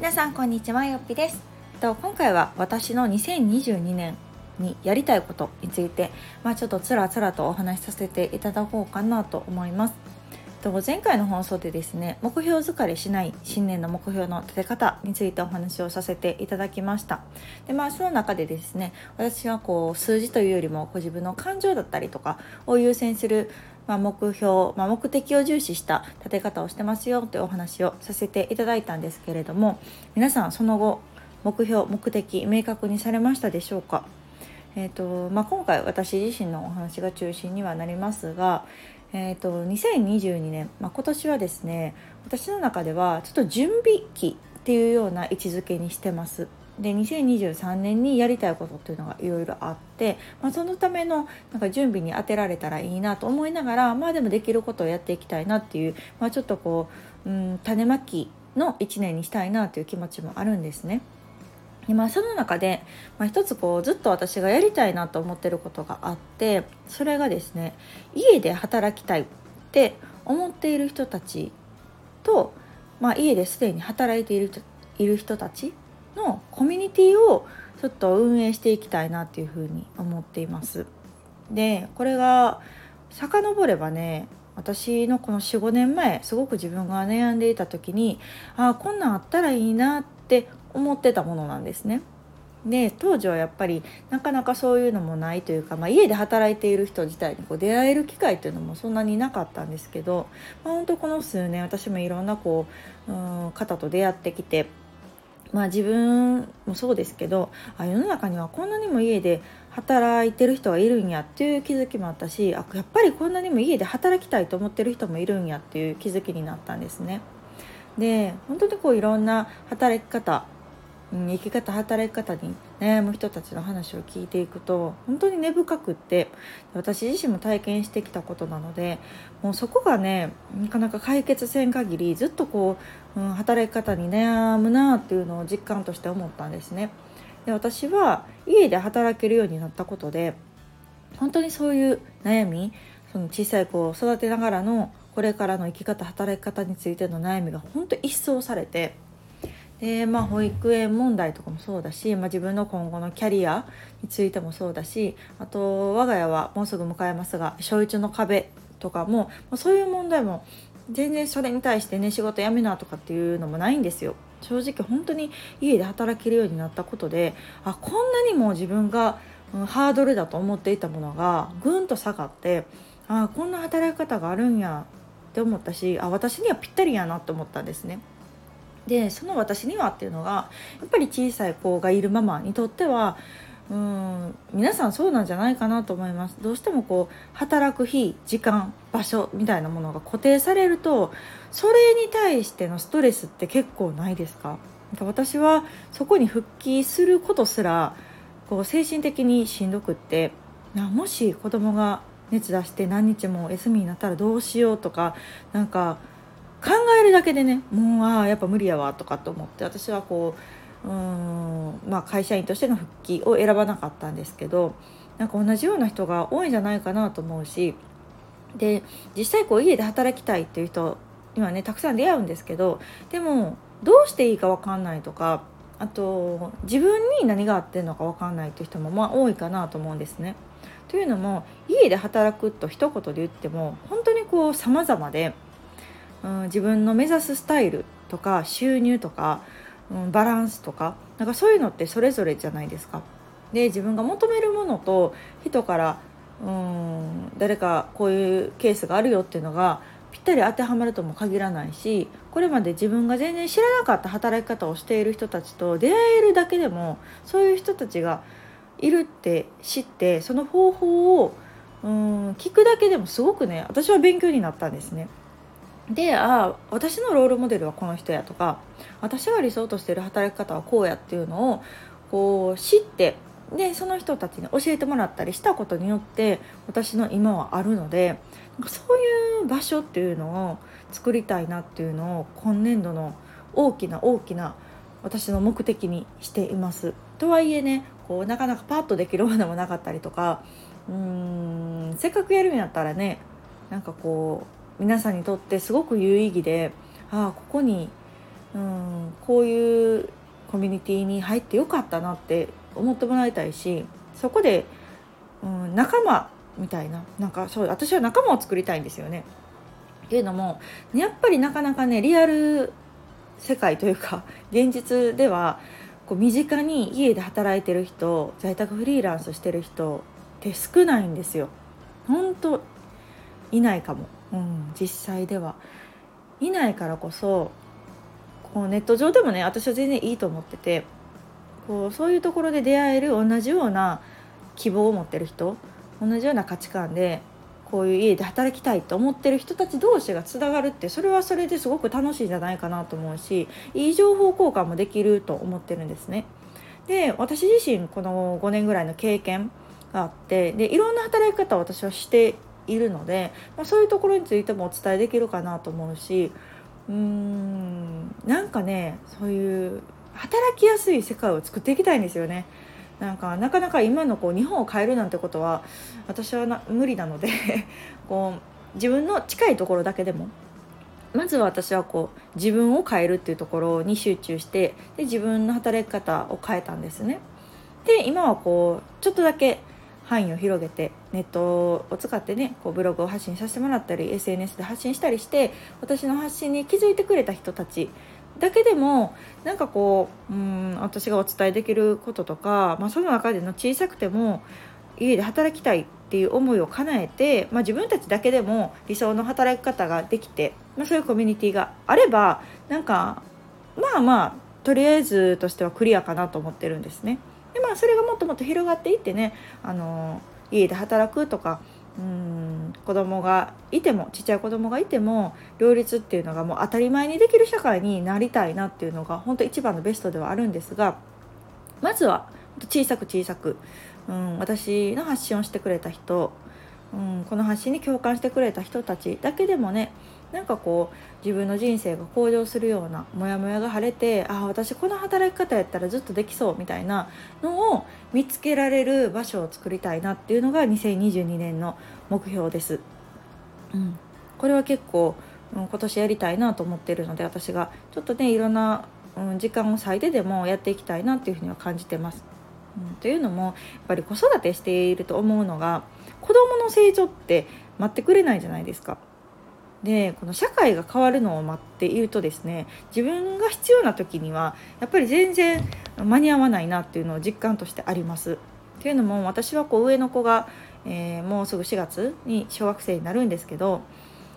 皆さんこんにちは、よっぴです。今回は私の2022年にやりたいことについて、ちょっとつらつらとお話しさせていただこうかなと思います。前回の放送でですね、目標疲れしない新年の目標の立て方についてお話をさせていただきました。で、その中でですね、私は数字というよりも自分の感情だったりとかを優先する目標、目的を重視した立て方をしてますよというお話をさせていただいたんですけれども、皆さんその後目標目的明確にされましたでしょうか。今回私自身のお話が中心にはなりますが、2022年、今年はですね、私の中ではちょっと準備期っていうような位置づけにしてます。で、2023年にやりたいことっていうのがいろいろあって、そのための準備に当てられたらいいなと思いながら、でもできることをやっていきたいなっていう、ちょっと種まきの1年にしたいなという気持ちもあるんですね。その中で、一つずっと私がやりたいなと思ってることがあって、それがですね、家で働きたいって思っている人たちと、家ですでに働いている人たちのコミュニティをちょっと運営していきたいなっていうふうに思っています。で、これが遡ればね、私のこの 4,5 年前、すごく自分が悩んでいた時に、こんなんあったらいいなって思ってたものなんですね。で、当時はやっぱりなかなかそういうのもないというか、家で働いている人自体に出会える機会っていうのもそんなになかったんですけど、本当この数年私もいろんな方と出会ってきて、自分もそうですけど、世の中にはこんなにも家で働いてる人がいるんやっていう気づきもあったし、やっぱりこんなにも家で働きたいと思ってる人もいるんやっていう気づきになったんですね。で、本当にいろんな働き方、生き方働き方に悩む人たちの話を聞いていくと、本当に根深くって、私自身も体験してきたことなので、もうそこがね、なかなか解決せん限りずっと働き方に悩むなっていうのを実感として思ったんですね。で、私は家で働けるようになったことで、本当にそういう悩み、その小さい子を育てながらのこれからの生き方働き方についての悩みが本当に一掃されて、で、保育園問題とかもそうだし、自分の今後のキャリアについてもそうだし、あと我が家はもうすぐ迎えますが小1の壁とかも、そういう問題も全然それに対してね、仕事辞めなとかっていうのもないんですよ。正直本当に家で働けるようになったことで、こんなにも自分がハードルだと思っていたものがぐんと下がって、こんな働き方があるんやって思ったし、私にはぴったりやなと思ったんですね。で、その私にはっていうのが、やっぱり小さい子がいるママにとっては、皆さんそうなんじゃないかなと思います。どうしても働く日、時間、場所みたいなものが固定されると、それに対してのストレスって結構ないですか？私はそこに復帰することすら精神的にしんどくって、もし子供が熱出して何日も休みになったらどうしようとか、考えるだけでね、もうやっぱ無理やわとかと思って、私は会社員としての復帰を選ばなかったんですけど、同じような人が多いんじゃないかなと思うし、で、実際家で働きたいっていう人にはね、たくさん出会うんですけど、でもどうしていいか分かんないとか、あと自分に何が合ってるのか分かんないっていう人も多いかなと思うんですね。というのも、家で働くと一言で言っても本当に様々で、自分の目指すスタイルとか収入とか、バランスとか、そういうのってそれぞれじゃないですか。で、自分が求めるものと人から誰かこういうケースがあるよっていうのがぴったり当てはまるとも限らないし、これまで自分が全然知らなかった働き方をしている人たちと出会えるだけでも、そういう人たちがいるって知って、その方法を聞くだけでもすごくね、私は勉強になったんですね。で、私のロールモデルはこの人やとか、私が理想としている働き方はこうやっていうのを知って、でその人たちに教えてもらったりしたことによって私の今はあるので、そういう場所っていうのを作りたいなっていうのを今年度の大きな私の目的にしています。とはいえね、なかなかパッとできるものもなかったりとか、せっかくやるんやったらね、皆さんにとってすごく有意義で、ここにこういうコミュニティに入ってよかったなって思ってもらいたいし、そこで、仲間みたいな、そう私は仲間を作りたいんですよね。っていうのもやっぱりなかなかね、リアル世界というか現実ではこう身近に家で働いてる人、在宅フリーランスしてる人って少ないんですよ。本当いないかも、実際ではいないからこそ、こうネット上でもね、私は全然いいと思ってて、そういうところで出会える同じような希望を持ってる人、同じような価値観でこういう家で働きたいと思ってる人たち同士がつながるって、それはそれですごく楽しいんじゃないかなと思うし、いい情報交換もできると思ってるんですね。で、私自身この5年ぐらいの経験があって、でいろんな働き方を私はしているので、そういうところについてもお伝えできるかなと思うし、なんかね、そういう働きやすい世界を作っていきたいんですよね。なかなか今の日本を変えるなんてことは私は無理なので自分の近いところだけでも、まずは私は自分を変えるっていうところに集中して、で自分の働き方を変えたんですね。で今はちょっとだけ範囲を広げて、ネットを使ってね、ブログを発信させてもらったり SNS で発信したりして、私の発信に気づいてくれた人たちだけでも私がお伝えできることとか、その中での小さくても家で働きたいっていう思いを叶えて、自分たちだけでも理想の働き方ができて、そういうコミュニティがあればとりあえずとしてはクリアかなと思ってるんですね。でそれがもっともっと広がっていってね、家で働くとか、子供がいても、ちっちゃい子供がいても両立っていうのがもう当たり前にできる社会になりたいなっていうのが本当一番のベストではあるんですが、まずは小さく、私の発信をしてくれた人、この発信に共感してくれた人たちだけでもね、自分の人生が向上するようなモヤモヤが晴れて、私この働き方やったらずっとできそうみたいなのを見つけられる場所を作りたいなっていうのが2022年の目標です。これは結構、今年やりたいなと思っているので、私がちょっとねいろんな、時間を割いてでもやっていきたいなっていうふうには感じてます。というのもやっぱり子育てしていると思うのが、子どもの成長って待ってくれないじゃないですか。でこの社会が変わるのを待っているとですね、自分が必要な時にはやっぱり全然間に合わないなっていうのを実感としてあります。というのも私は上の子が、もうすぐ4月に小学生になるんですけど、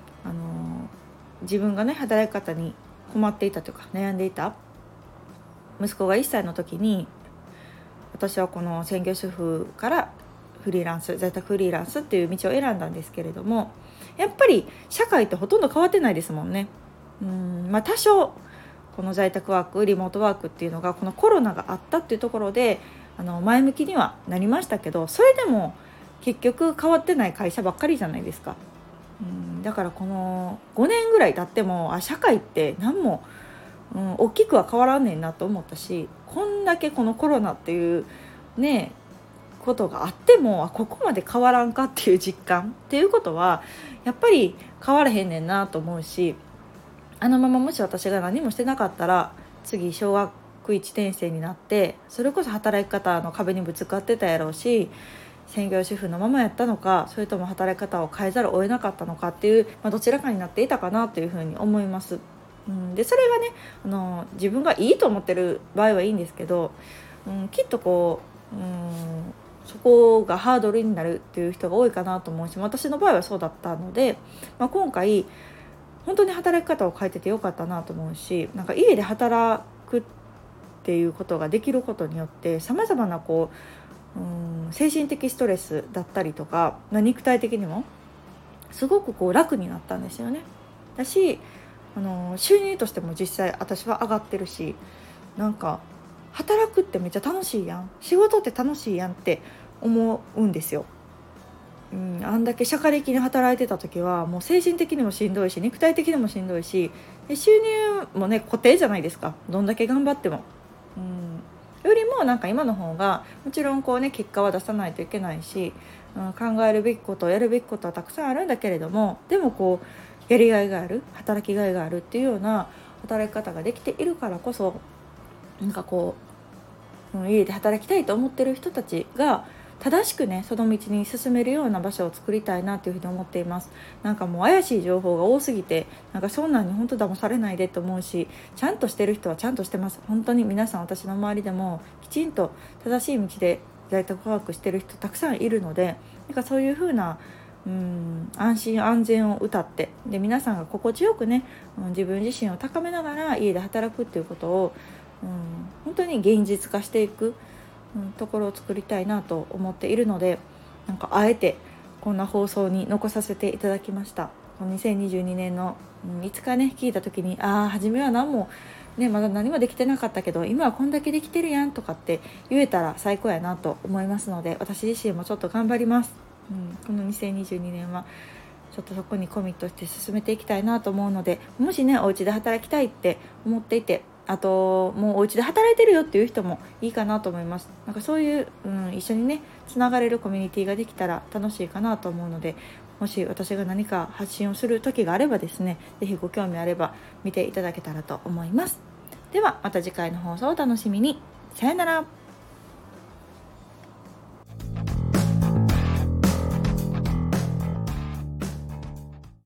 自分がね働き方に困っていたというか悩んでいた息子が1歳の時に、私はこの専業主婦からフリーランス、在宅フリーランスっていう道を選んだんですけれども、やっぱり社会ってほとんど変わってないですもんね。多少この在宅ワーク、リモートワークっていうのがこのコロナがあったっていうところで前向きにはなりましたけど、それでも結局変わってない会社ばっかりじゃないですか。だからこの5年ぐらい経っても社会って何も、大きくは変わらんねんなと思ったし、こんだけこのコロナっていうねことがあってもここまで変わらんかっていう実感っていうことはやっぱり変わらへんねんなと思うし、あのままもし私が何もしてなかったら次小学1年生になってそれこそ働き方の壁にぶつかってたやろうし、専業主婦のままやったのか、それとも働き方を変えざるを得なかったのかっていう、どちらかになっていたかなというふうに思います。でそれがね自分がいいと思ってる場合はいいんですけど、きっとそこがハードルになるっていう人が多いかなと思うし、私の場合はそうだったので、今回本当に働き方を変えててよかったなと思うし、家で働くっていうことができることによってさまざまな精神的ストレスだったりとか、肉体的にもすごく楽になったんですよね。だし収入としても実際私は上がってるし、働くってめっちゃ楽しいやん、仕事って楽しいやんって思うんですよ。あんだけ社会的に働いてた時はもう精神的にもしんどいし肉体的にもしんどいし、で収入もね固定じゃないですか、どんだけ頑張っても。よりも今の方がもちろん結果は出さないといけないし、考えるべきことやるべきことはたくさんあるんだけれども、でもやりがいがある、働きがいがあるっていうような働き方ができているからこそ、なんかこう家で働きたいと思ってる人たちが正しくねその道に進めるような場所を作りたいなというふうに思っています。なんかもう怪しい情報が多すぎて、なんかそんなんに本当騙されないでと思うし、ちゃんとしてる人はちゃんとしてます。本当に皆さん、私の周りでもきちんと正しい道で在宅ワークしてる人たくさんいるので、なんかそういう風な安心安全を謳って、で皆さんが心地よくね、自分自身を高めながら家で働くっていうことを、本当に現実化していく、ところを作りたいなと思っているので、なんかあえてこんな放送に残させていただきました。2022年の、いつかね聞いた時に、初めは何もねまだ何もできてなかったけど今はこんだけできてるやんとかって言えたら最高やなと思いますので、私自身もちょっと頑張ります。この2022年はちょっとそこにコミットして進めていきたいなと思うので、もしねお家で働きたいって思っていて、あともうお家で働いてるよっていう人もいいかなと思います。なんかそういう、一緒にねつながれるコミュニティができたら楽しいかなと思うので、もし私が何か発信をする時があればですね、ぜひご興味あれば見ていただけたらと思います。ではまた次回の放送をお楽しみに。さよなら。